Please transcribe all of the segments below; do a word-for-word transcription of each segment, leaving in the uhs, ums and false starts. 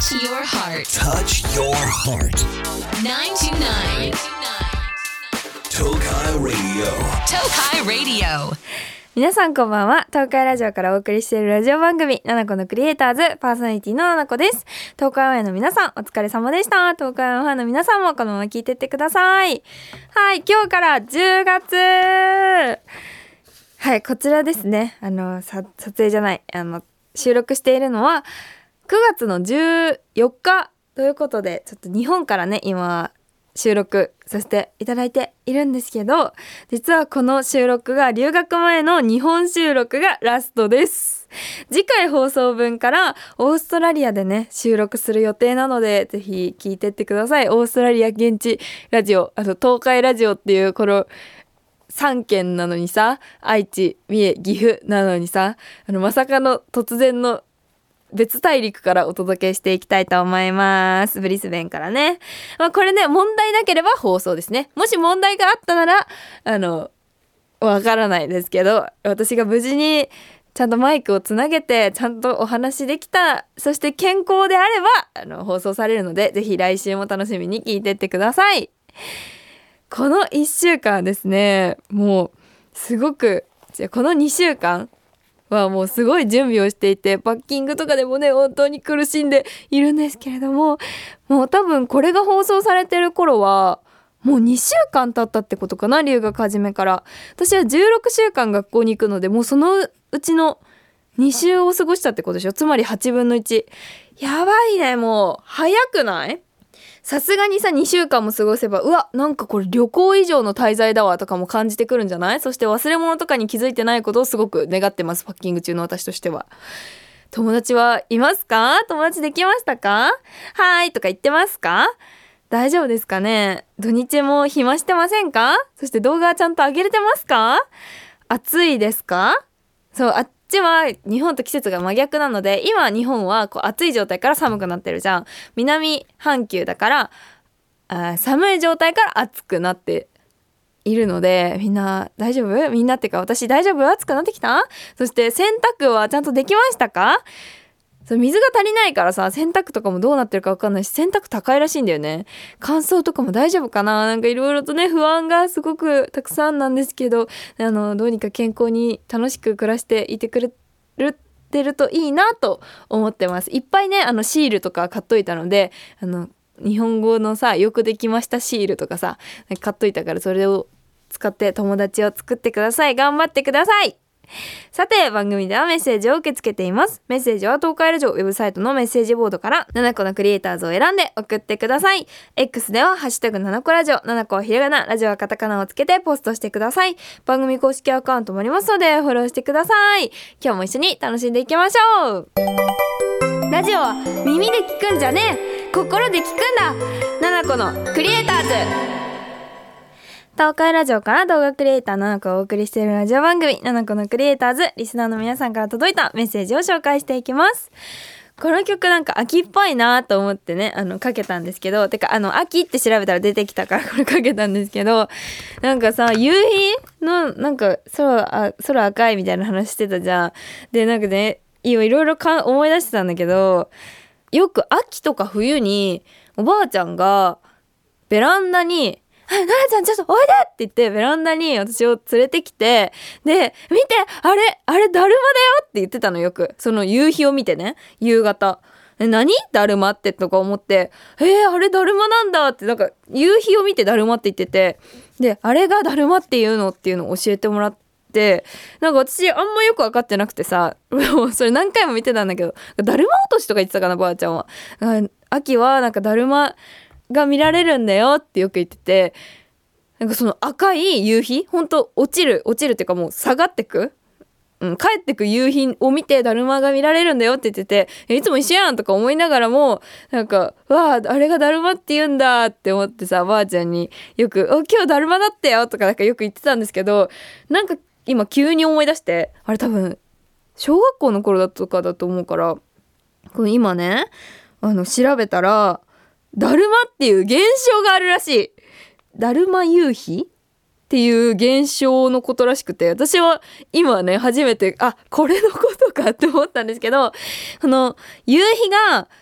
Touch your heart. Touch your heart. nine two nine Tokai Radio. Tokai Radio. 皆さんこんばんは。東海ラジオからお送りしているラジオ番組、ナナコのクリエイターズ、パーソナリティのナナコです。東海オンエアの皆さん、お疲れ様でした。東海オンエアの皆さんもこのまま聞いてってください。はい、今日からじゅうがつ。はい、こちらですね。あの、さ撮影じゃない、あの、収録しているのはくがつのじゅうよっかということで、ちょっと日本からね、今、収録させていただいているんですけど、実はこの収録が留学前の日本収録がラストです。次回放送分からオーストラリアでね収録する予定なので、ぜひ聞いてってください。オーストラリア現地ラジオ、あと東海ラジオっていうこのさんけんなのにさ、愛知、三重、岐阜なのにさ、あのまさかの突然の別大陸からお届けしていきたいと思います。ブリスベンからね。まあ、これね、問題なければ放送ですね。もし問題があったなら、あの、わからないですけど、私が無事にちゃんとマイクをつなげて、ちゃんとお話できた、そして健康であれば、あの、放送されるので、ぜひ来週も楽しみに聞いてってください。このいっしゅうかんですね、もう、すごく、このにしゅうかん、はもうすごい準備をしていて、パッキングとかでもね本当に苦しんでいるんですけれども、もう多分これが放送されてる頃はもうにしゅうかん経ったってことかな、留学始めから。私はじゅうろくしゅうかん学校に行くので、もうそのうちのに週を過ごしたってことでしょ。つまりはちぶんのいち。やばいね、もう早くない？さすがにさにしゅうかんも過ごせば、うわなんかこれ旅行以上の滞在だわとかも感じてくるんじゃない？そして忘れ物とかに気づいてないことをすごく願ってます。パッキング中の私としては。友達はいますか？友達できましたか？はーいとか言ってますか？大丈夫ですかね？土日も暇してませんか？そして動画ちゃんと上げれてますか？暑いですか？そう、あっちは日本と季節が真逆なので、今日本はこう暑い状態から寒くなってるじゃん。南半球だからあ寒い状態から暑くなっているので、みんな大丈夫？みんなってか私大丈夫？暑くなってきた？そして洗濯はちゃんとできましたか？そう水が足りないからさ、洗濯とかもどうなってるか分かんないし、洗濯高いらしいんだよね。乾燥とかも大丈夫かな？なんかいろいろとね不安がすごくたくさんなんですけど、あのどうにか健康に楽しく暮らしていてくれるてるといいなと思ってます。いっぱいねあのシールとか買っといたので、あの日本語のさよくできましたシールとかさ買っといたから、それを使って友達を作ってください。頑張ってください。さて番組ではメッセージを受け付けています。メッセージは東海ラジオウェブサイトのメッセージボードからななこのクリエイターズを選んで送ってください。 X ではハッシュタグななこラジオ、ななこはひらがな、ラジオはカタカナをつけてポストしてください。番組公式アカウントもありますのでフォローしてください。今日も一緒に楽しんでいきましょう。ラジオは耳で聞くんじゃねえ、心で聞くんだ。ななこのクリエイターズ。東海ラジオから動画クリエイターななこをお送りしているラジオ番組ななこのクリエイターズ。リスナーの皆さんから届いたメッセージを紹介していきます。この曲なんか秋っぽいなと思ってねあのかけたんですけど、てかあの秋って調べたら出てきたからこれかけたんですけど、なんかさ夕日のなんか空あ空赤いみたいな話してたじゃん。でなんかねいろいろか思い出してたんだけど、よく秋とか冬におばあちゃんがベランダにななちゃんちょっとおいでって言ってベランダに私を連れてきて、で見てあれあれだるまだよって言ってたの。よくその夕日を見てね、夕方え何だるまってとか思って、えー、あれだるまなんだって、なんか夕日を見てだるまって言ってて、であれがだるまっていうのっていうのを教えてもらって、なんか私あんまよく分かってなくてさ、それ何回も見てたんだけど、だるま落としとか言ってたかなばあちゃんは。秋はなんかだるまが見られるんだよってよく言ってて、なんかその赤い夕日、ほんと落ちる落ちるっていうかもう下がってく、うん、帰ってく夕日を見てだるまが見られるんだよって言ってて、いつも一緒やんとか思いながらも、なんかわああれがだるまって言うんだって思ってさ、ばあちゃんによくお今日だるまだったよとかなんかよく言ってたんですけど、なんか今急に思い出して、あれ多分小学校の頃だとかだと思うから、この今ねあの調べたらだるまっていう現象があるらしい。だるま夕日っていう現象のことらしくて、私は今ね初めてあこれのことかって思ったんですけど、その夕日が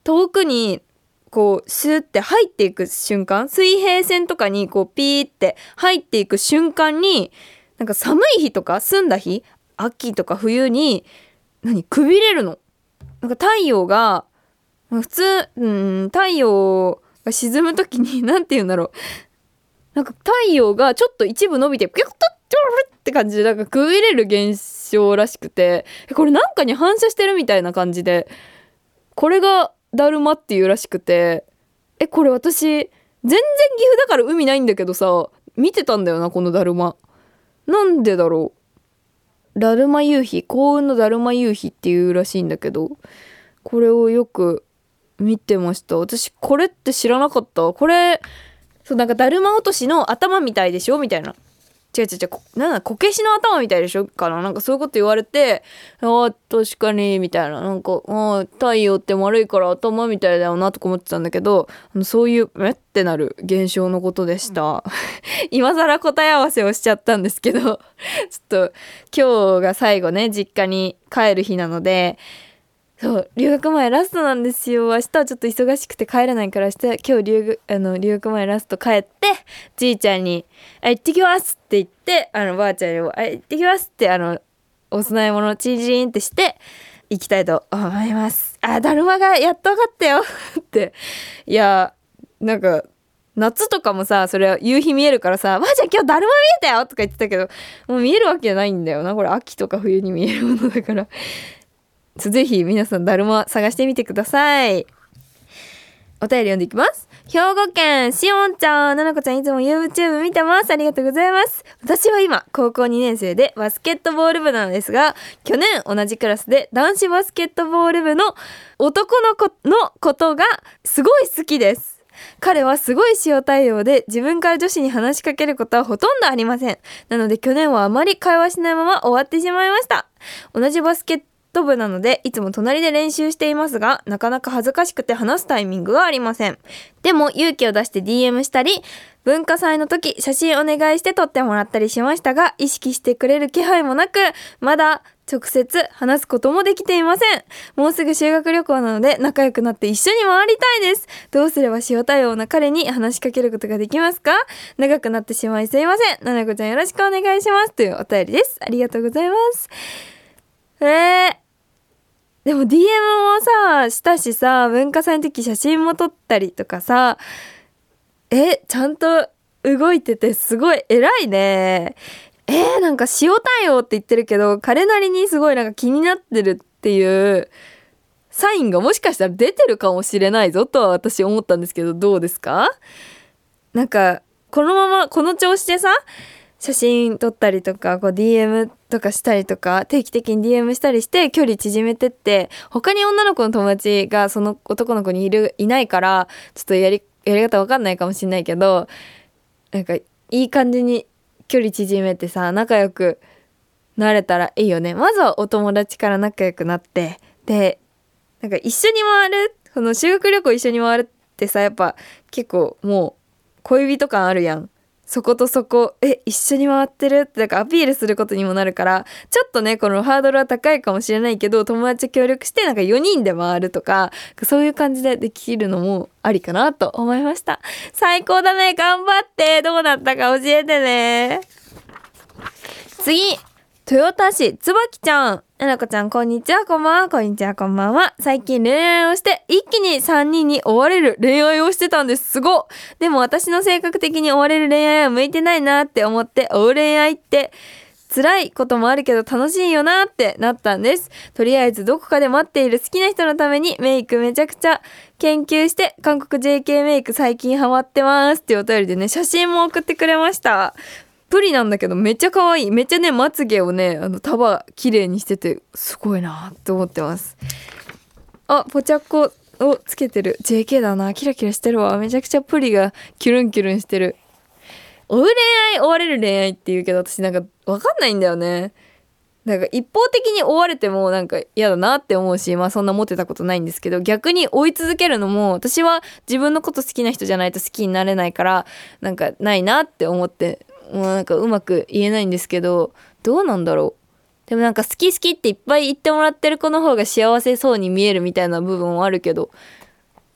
遠くにこうスーって入っていく瞬間、水平線とかにこうピーって入っていく瞬間に、なんか寒い日とか澄んだ日、秋とか冬に何くびれるの。なんか太陽が普通、うん、太陽が沈む時になんて言うんだろう、なんか太陽がちょっと一部伸びてピュッとって感じでなんかくびれる現象らしくて、これなんかに反射してるみたいな感じで、これがだるまっていうらしくて、えこれ私全然岐阜だから海ないんだけどさ見てたんだよな、このだるま。なんでだろう、だるま夕日、幸運のだるま夕日っていうらしいんだけど、これをよく見てました。私これって知らなかった。これそうなんかだるま落としの頭みたいでしょみたいな、違う違う違う、なんだこけしの頭みたいでしょかな、なんかそういうこと言われて、ああ確かにみたいな、なんかあ太陽って丸いから頭みたいだよなとか思ってたんだけど、あのそういうめってなる現象のことでした。今更答え合わせをしちゃったんですけどちょっと今日が最後ね実家に帰る日なので、そう留学前ラストなんですよ。明日はちょっと忙しくて帰れないから、明日今日留学あの留学前ラスト帰ってじいちゃんにあ行ってきますって言って、あのばあちゃんにもあ行ってきますってあのお供え物チージーンってして行きたいと思います。あだるまがやっと分かったよっていやなんか夏とかもさそれは夕日見えるからさ、ばあちゃん今日だるま見えたよとか言ってたけど、もう見えるわけじゃないんだよな、これ秋とか冬に見えるものだからぜひ皆さんだるま探してみてください。お便り読んでいきます。兵庫県しおんちゃん、ななこちゃんいつも YouTube 見てます。ありがとうございます。私は今高校にねん生でバスケットボール部なのですが、去年同じクラスで男子バスケットボール部の男の子のことがすごい好きです。彼はすごい塩対応で自分から女子に話しかけることはほとんどありません。なので去年はあまり会話しないまま終わってしまいました。同じバスケット部なのでいつも隣で練習していますが、なかなか恥ずかしくて話すタイミングがありません。でも勇気を出して ディーエム したり、文化祭の時写真お願いして撮ってもらったりしましたが、意識してくれる気配もなく、まだ直接話すこともできていません。もうすぐ修学旅行なので仲良くなって一緒に回りたいです。どうすれば塩対応な彼に話しかけることができますか？長くなってしまいすいません。ななこちゃんよろしくお願いしますというお便りです。ありがとうございます。えーでも ディーエム もさしたしさ、文化祭の時写真も撮ったりとかさ、えちゃんと動いててすごい偉いね。えー、なんか塩対応って言ってるけど彼なりにすごいなんか気になってるっていうサインがもしかしたら出てるかもしれないぞとは私思ったんですけど、どうですか？なんかこのままこの調子でさ写真撮ったりとかこう ディーエム とかしたりとか定期的に ディーエム したりして距離縮めてって、他に女の子の友達がその男の子にいるいないからちょっとやりやり方わかんないかもしれないけど、なんかいい感じに距離縮めてさ仲良くなれたらいいよね。まずはお友達から仲良くなって、でなんか一緒に回る、その修学旅行一緒に回るってさやっぱ結構もう恋人感あるやん。そことそこえ一緒に回ってるってなんかアピールすることにもなるから、ちょっとねこのハードルは高いかもしれないけど、友達と協力してなんかよにんで回るとかそういう感じでできるのもありかなと思いました。最高だね、頑張って。どうなったか教えてね。次、豊田市つばきちゃん、ななこちゃんこんにちは、こんばんは。こんにちは、こんばんは。最近恋愛をして一気にさんにんに追われる恋愛をしてたんです。すごっ。でも私の性格的に追われる恋愛は向いてないなって思って、追う恋愛って辛いこともあるけど楽しいよなってなったんです。とりあえずどこかで待っている好きな人のためにメイクめちゃくちゃ研究して韓国 ジェーケー メイク最近ハマってますっていうお便りでね写真も送ってくれました。プリなんだけどめっちゃ可愛い。めっちゃねまつげをねあの束綺麗にしててすごいなって思ってます。あ、ポチャッコをつけてる ジェーケー だな。キラキラしてるわ。めちゃくちゃプリがキュルンキュルンしてる。追う恋愛追われる恋愛って言うけど私なんかわかんないんだよね。なんか一方的に追われてもなんか嫌だなって思うし、まあそんな持ってたことないんですけど、逆に追い続けるのも私は自分のこと好きな人じゃないと好きになれないからなんかないなって思って、もうなんかうまく言えないんですけど、どうなんだろう。でもなんか好き好きっていっぱい言ってもらってる子の方が幸せそうに見えるみたいな部分はあるけど、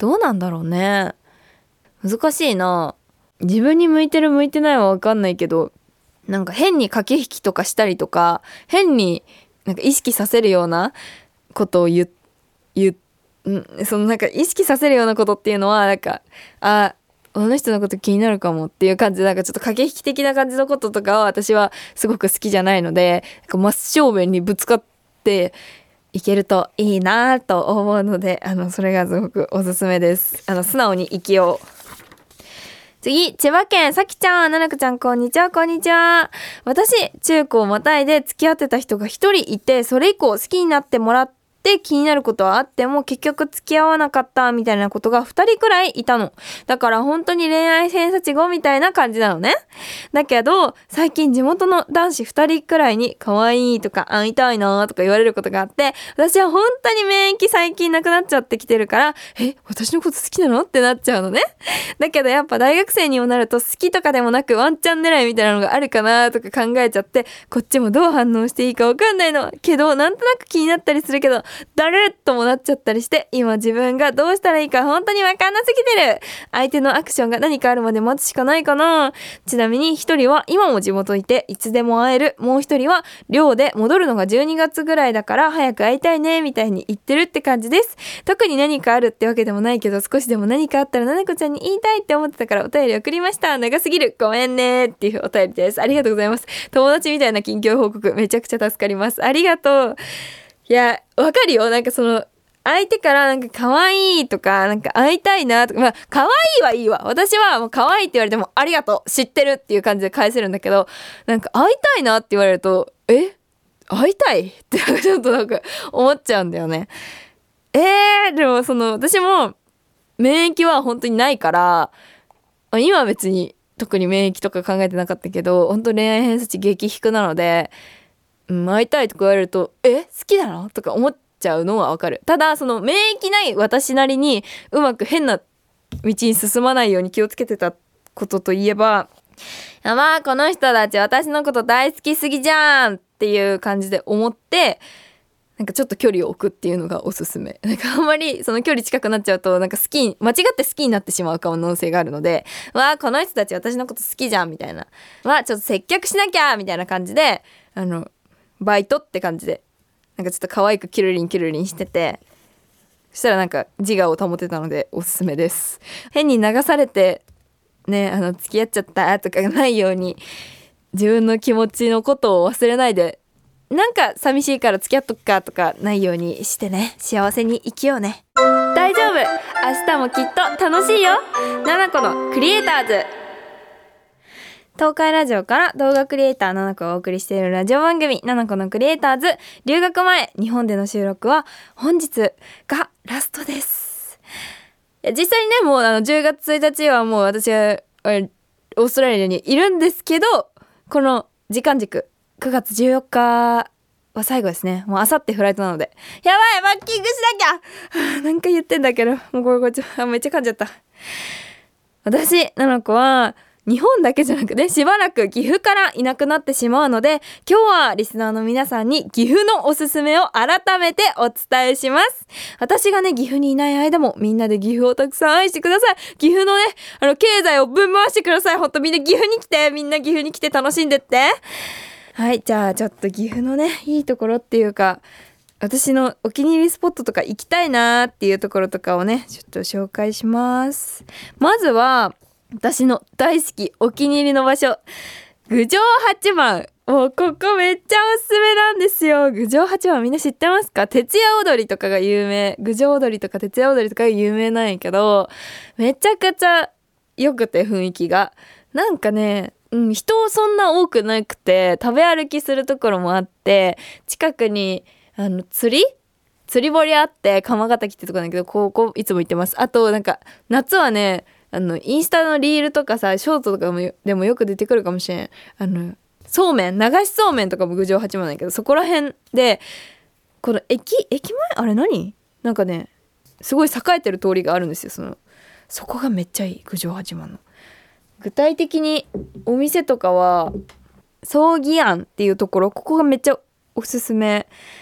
どうなんだろうね。難しいな。自分に向いてる向いてないは分かんないけど、なんか変に駆け引きとかしたりとか、変になんか意識させるようなことを言言んそのなんか意識させるようなことっていうのはなんかああの人のこと気になるかもっていう感じで、なんかちょっと駆け引き的な感じのこととかは私はすごく好きじゃないので、なんか真正面にぶつかっていけるといいなと思うので、あのそれがすごくおすすめです。あの素直に生きよう。次、千葉県さきちゃん、ななこちゃん、こんにちは、こんにちは。私、中高またいで付き合ってた人が一人いて、それ以降好きになってもらって気になることはあっても結局付き合わなかったみたいなことがふたりくらいいたの。だから本当に恋愛偏差値ごみたいな感じなのね。だけど最近地元の男子ふたりくらいに可愛いとか会いたいなとか言われることがあって、私は本当に免疫最近なくなっちゃってきてるから、え、私のこと好きなのってなっちゃうのね。だけどやっぱ大学生にもなると好きとかでもなくワンチャン狙いみたいなのがあるかなとか考えちゃって、こっちもどう反応していいか分かんないのけど、なんとなく気になったりするけどだるっともなっちゃったりして、今自分がどうしたらいいか本当に分かんなすぎてる。相手のアクションが何かあるまで待つしかないかな。ちなみに一人は今も地元いていつでも会える、もう一人は寮で戻るのがじゅうにがつぐらいだから早く会いたいねみたいに言ってるって感じです。特に何かあるってわけでもないけど、少しでも何かあったらななこちゃんに言いたいって思ってたからお便り送りました。長すぎる、ごめんねっていうお便りです。ありがとうございます。友達みたいな近況報告めちゃくちゃ助かります。ありがとう。いや、わかるよ。なんかその相手からなんか可愛いとかなんか会いたいなとか、まあ可愛いはいいわ。私はもう可愛いって言われてもありがとう、知ってるっていう感じで返せるんだけど、なんか会いたいなって言われるとえ会いたいってちょっとなんか思っちゃうんだよね。えー、でもその私も免疫は本当にないから、今は別に特に免疫とか考えてなかったけど、本当恋愛偏差値激低なので、うん、会いたいとか言われるとえ好きなのとか思っちゃうのはわかる。ただその免疫ない私なりにうまく変な道に進まないように気をつけてたことといえば、まあこの人たち私のこと大好きすぎじゃんっていう感じで思って、なんかちょっと距離を置くっていうのがおすすめ。なんかあんまりその距離近くなっちゃうとなんか好き間違って好きになってしまう可能性があるので、わあこの人たち私のこと好きじゃんみたいな、わあちょっと接客しなきゃみたいな感じで、あのバイトって感じでなんかちょっと可愛くキルリンキルリンしてて、そしたらなんか自我を保てたのでおすすめです。変に流されてね、あの付き合っちゃったとかがないように、自分の気持ちのことを忘れないで、なんか寂しいから付き合っとくかとかないようにしてね、幸せに生きようね。大丈夫、明日もきっと楽しいよ。ななこのクリエイターズ。東海ラジオから動画クリエイターななこがお送りしているラジオ番組ななこのクリエイターズ。留学前日本での収録は本日がラストです。実際にね、もうあのじゅうがつついたちはもう私はオーストラリアにいるんですけど、この時間軸くがつじゅうよっかは最後ですね。もうあさってフライトなので、やばいマッキングしなきゃ、はあ、なんか言ってんだけど、もうこれこれちょあめっちゃ噛んじゃった。私ななこは日本だけじゃなくてしばらく岐阜からいなくなってしまうので、今日はリスナーの皆さんに岐阜のおすすめを改めてお伝えします。私がね岐阜にいない間もみんなで岐阜をたくさん愛してください。岐阜のねあの経済をぶん回してください。ほんとみんな岐阜に来て、みんな岐阜に来て楽しんでって。はい、じゃあちょっと岐阜のねいいところっていうか、私のお気に入りスポットとか行きたいなーっていうところとかをねちょっと紹介します。まずは私の大好きお気に入りの場所、郡上八幡。もうここめっちゃおすすめなんですよ。郡上八幡みんな知ってますか？徹夜踊りとかが有名、郡上踊りとか徹夜踊りとかが有名なんやけど、めちゃくちゃ良くて雰囲気がなんかね、うん、人そんな多くなくて食べ歩きするところもあって、近くにあの釣り釣り堀あって鎌ヶ滝ってとこなんだけど、ここいつも行ってます。あとなんか夏はねあのインスタのリールとかさショートとかもでもよく出てくるかもしれん、あのそうめん流しそうめんとかも郡上八幡なんだけど、そこら辺でこの駅駅前あれ何なんかねすごい栄えてる通りがあるんですよ。そのそこがめっちゃいい。郡上八幡の具体的にお店とかは葬儀庵っていうところ、ここがめっちゃおすすめ。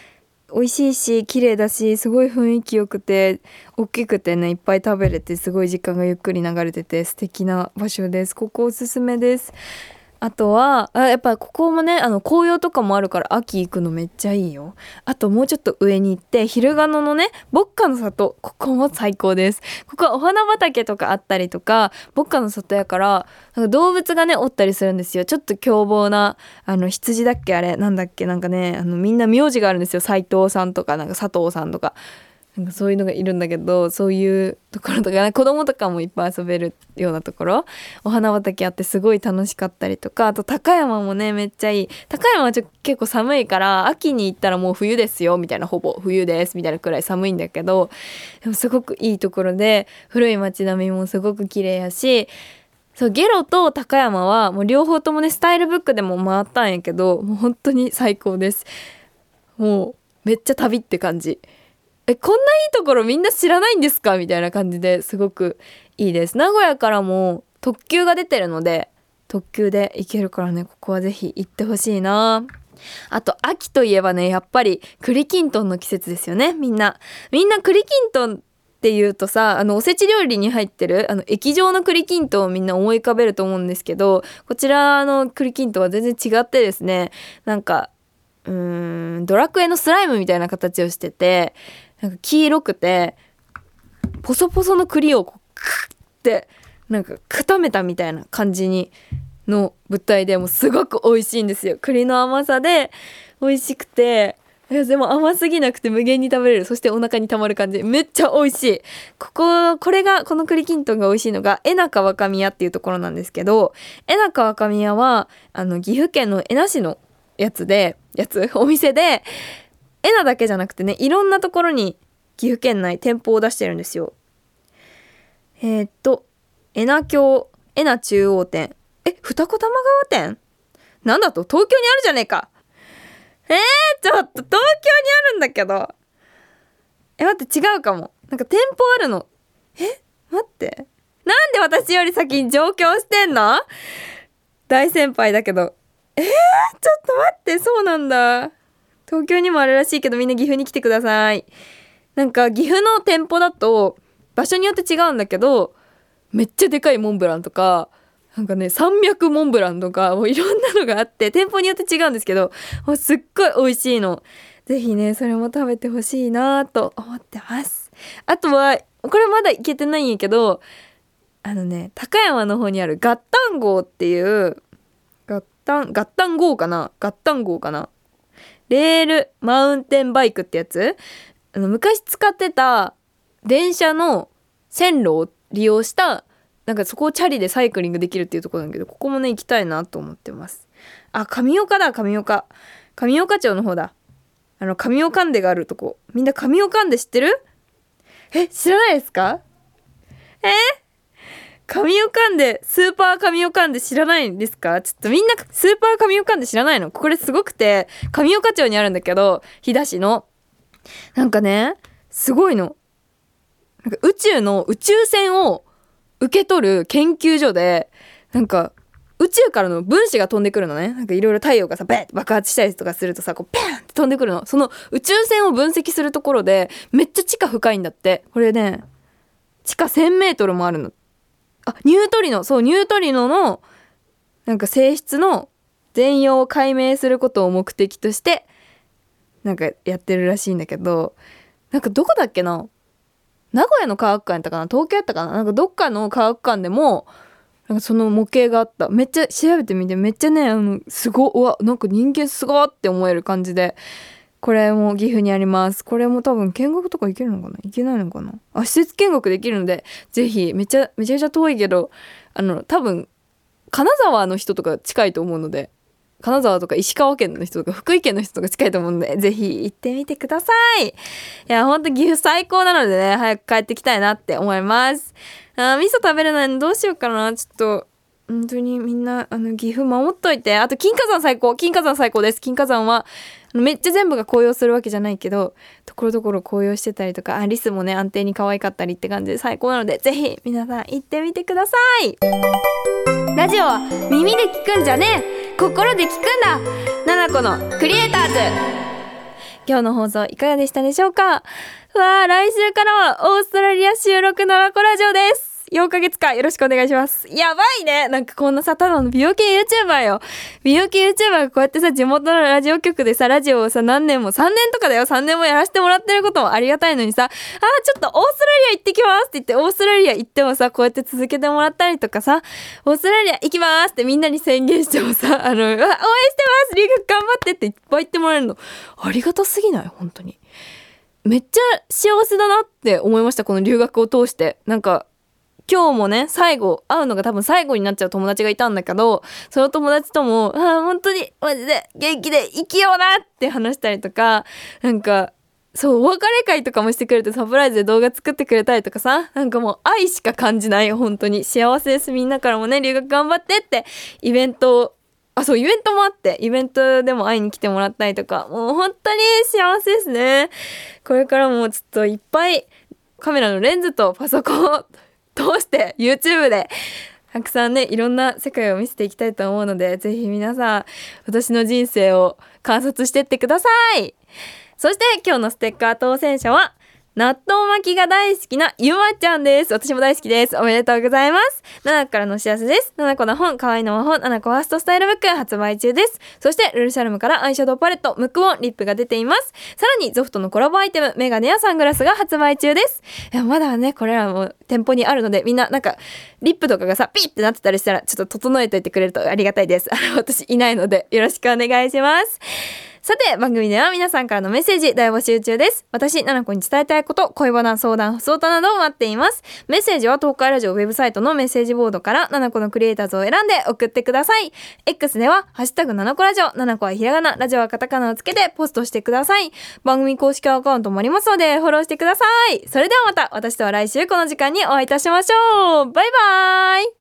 美味しいし綺麗だし、すごい雰囲気良くて大きくてね、いっぱい食べれて、すごい時間がゆっくり流れてて素敵な場所です。ここおすすめです。あとはあやっぱここもね、あの紅葉とかもあるから秋行くのめっちゃいいよ。あともうちょっと上に行って昼賀野のね牧歌の里、ここも最高です。ここはお花畑とかあったりとか、牧歌の里やからなんか動物がねおったりするんですよ。ちょっと凶暴なあの羊だっけ、あれなんだっけ、なんかね、あのみんな名字があるんですよ。斉藤さんとかなんか佐藤さんとか、なんかそういうのがいるんだけど、そういうところとかね、子供とかもいっぱい遊べるようなところ、お花畑あってすごい楽しかったりとか、あと高山もねめっちゃいい。高山はちょっと結構寒いから秋に行ったらもう冬ですよみたいな、ほぼ冬ですみたいなくらい寒いんだけど、でもすごくいいところで、古い街並みもすごく綺麗やし、そうゲロと高山はもう両方ともねスタイルブックでも回ったんやけど、もう本当に最高です。もうめっちゃ旅って感じ。えこんないいところみんな知らないんですかみたいな感じですごくいいです。名古屋からも特急が出てるので特急で行けるからね、ここはぜひ行ってほしいな。あと秋といえばね、やっぱり栗きんとんの季節ですよね。みんなみんな栗きんとんっていうとさ、あのおせち料理に入ってるあの液状の栗きんとんをみんな思い浮かべると思うんですけど、こちらの栗きんとんは全然違ってですね、なんかうーんドラクエのスライムみたいな形をしてて、なんか黄色くてポソポソの栗をこうクッてなんか固めたみたいな感じにの物体で、もうすごく美味しいんですよ。栗の甘さで美味しくて、いやでも甘すぎなくて無限に食べれる、そしてお腹にたまる感じ、めっちゃ美味しい。こここれがこの栗きんとんが美味しいのが江中若宮っていうところなんですけど、江中若宮はあの岐阜県の恵那市のやつでやつお店で、恵那だけじゃなくてね、いろんなところに岐阜県内店舗を出してるんですよ。えー、っと恵那京恵那中央店、え二子玉川店なんだと、東京にあるじゃねえか。えー、ちょっと東京にあるんだけど、え待って違うかも、なんか店舗あるの。え待って、なんで私より先に上京してんの。大先輩だけど、えー、ちょっと待って、そうなんだ。東京にもあるらしいけど、みんな岐阜に来てください。なんか岐阜の店舗だと場所によって違うんだけど、めっちゃでかいモンブランとか、なんかね山脈モンブランとか、もういろんなのがあって、店舗によって違うんですけど、もうすっごい美味しいの。ぜひねそれも食べてほしいなと思ってます。あとはこれまだ行けてないんやけど、あのね高山の方にあるガッタン号っていう、ガッタンガッタン号かなガッタン号かなレールマウンテンバイクってやつ、あの昔使ってた電車の線路を利用した、なんかそこをチャリでサイクリングできるっていうところなんだけど、ここもね行きたいなと思ってます。あ、上岡だ、上岡上岡町の方だ。あの上岡んでがあるとこ、みんな上岡んで知ってる？え知らないですか？え上岡んで、スーパー上岡んで知らないんですか？ちょっとみんなスーパー上岡んで知らないの？これすごくて、上岡町にあるんだけど、飛騨市のなんかねすごいの、なんか宇宙の宇宙船を受け取る研究所で、なんか宇宙からの分子が飛んでくるのね。なんかいろいろ太陽がさベッて爆発したりとかするとさ、こうペンって飛んでくるの。その宇宙船を分析するところでめっちゃ地下深いんだって。これね地下せんメートルもあるの。あ、ニュートリノ、そうニュートリノのなんか性質の全容を解明することを目的としてなんかやってるらしいんだけど、なんかどこだっけな、名古屋の科学館やったかな、東京やったかな、なんかどっかの科学館でもなんかその模型があった。めっちゃ調べてみて、めっちゃねあのすご、うわなんか人間すごって思える感じで、これも岐阜にあります。これも多分見学とか行けるのかな、行けないのかなあ、施設見学できるのでぜひ。めちゃめちゃめちゃ遠いけど、あの多分金沢の人とか近いと思うので、金沢とか石川県の人とか福井県の人とか近いと思うので、ぜひ行ってみてください。いやほんと岐阜最高なのでね、早く帰ってきたいなって思います。あ、味噌食べれないのどうしようかな。ちょっと本当にみんなあの岐阜守っといて。あと金華山最高、金華山最高です。金華山はめっちゃ全部が紅葉するわけじゃないけど、ところどころ紅葉してたりとか、あリスもね安定に可愛かったりって感じで最高なので、ぜひ皆さん行ってみてください。ラジオは耳で聞くんじゃねえ、心で聞くんだ。ななこのクリエイターズ。 今日の放送いかがでしたでしょうか。うわー、来週からはオーストラリア収録ナナコラジオです。よんかげつかんよろしくお願いします。やばいね。なんかこんなさ、ただの美容系 YouTuber よ。美容系 YouTuber がこうやってさ、地元のラジオ局でさ、ラジオをさ、何年も、さんねんとかだよ、さんねんもやらせてもらってることもありがたいのにさ、あーちょっとオーストラリア行ってきますって言って、オーストラリア行ってもさ、こうやって続けてもらったりとかさ、オーストラリア行きますってみんなに宣言してもさ、あの、応援してます留学頑張ってっていっぱい言ってもらえるの。ありがたすぎない本当に。めっちゃ幸せだなって思いました、この留学を通して。なんか、今日もね、最後、会うのが多分最後になっちゃう友達がいたんだけど、その友達とも、ああ、本当に、マジで、元気で生きようなって話したりとか、なんか、そう、お別れ会とかもしてくれて、サプライズで動画作ってくれたりとかさ、なんかもう愛しか感じない、本当に。幸せです。みんなからもね、留学頑張ってって、イベントを、あ、そう、イベントもあって、イベントでも会いに来てもらったりとか、もう本当に幸せですね。これからもちょっといっぱい、カメラのレンズとパソコンを、通して YouTube でたくさんねいろんな世界を見せていきたいと思うので、ぜひ皆さん私の人生を観察してってください。そして今日のステッカー当選者は納豆巻きが大好きなゆまちゃんです。私も大好きです。おめでとうございます。ナナコからのお知らせです。ナナコの本、可愛いの魔法、ナナコファーストスタイルブック発売中です。そしてルルシャルムからアイシャドウパレット、ムクオン、リップが出ています。さらにゾフトのコラボアイテム、メガネやサングラスが発売中です。いやまだねこれらも店舗にあるので、みんななんかリップとかがさピッってなってたりしたらちょっと整えておいてくれるとありがたいです。私いないのでよろしくお願いします。さて番組では皆さんからのメッセージ大募集中です。私ナナコに伝えたいこと、恋バナ、相談、不相談などを待っています。メッセージは東海ラジオウェブサイトのメッセージボードからナナコのクリエイターズを選んで送ってください。 X ではハッシュタグナナコラジオ、ナナコはひらがな、ラジオはカタカナをつけてポストしてください。番組公式アカウントもありますのでフォローしてください。それではまた私とは来週この時間にお会いいたしましょう。バイバーイ。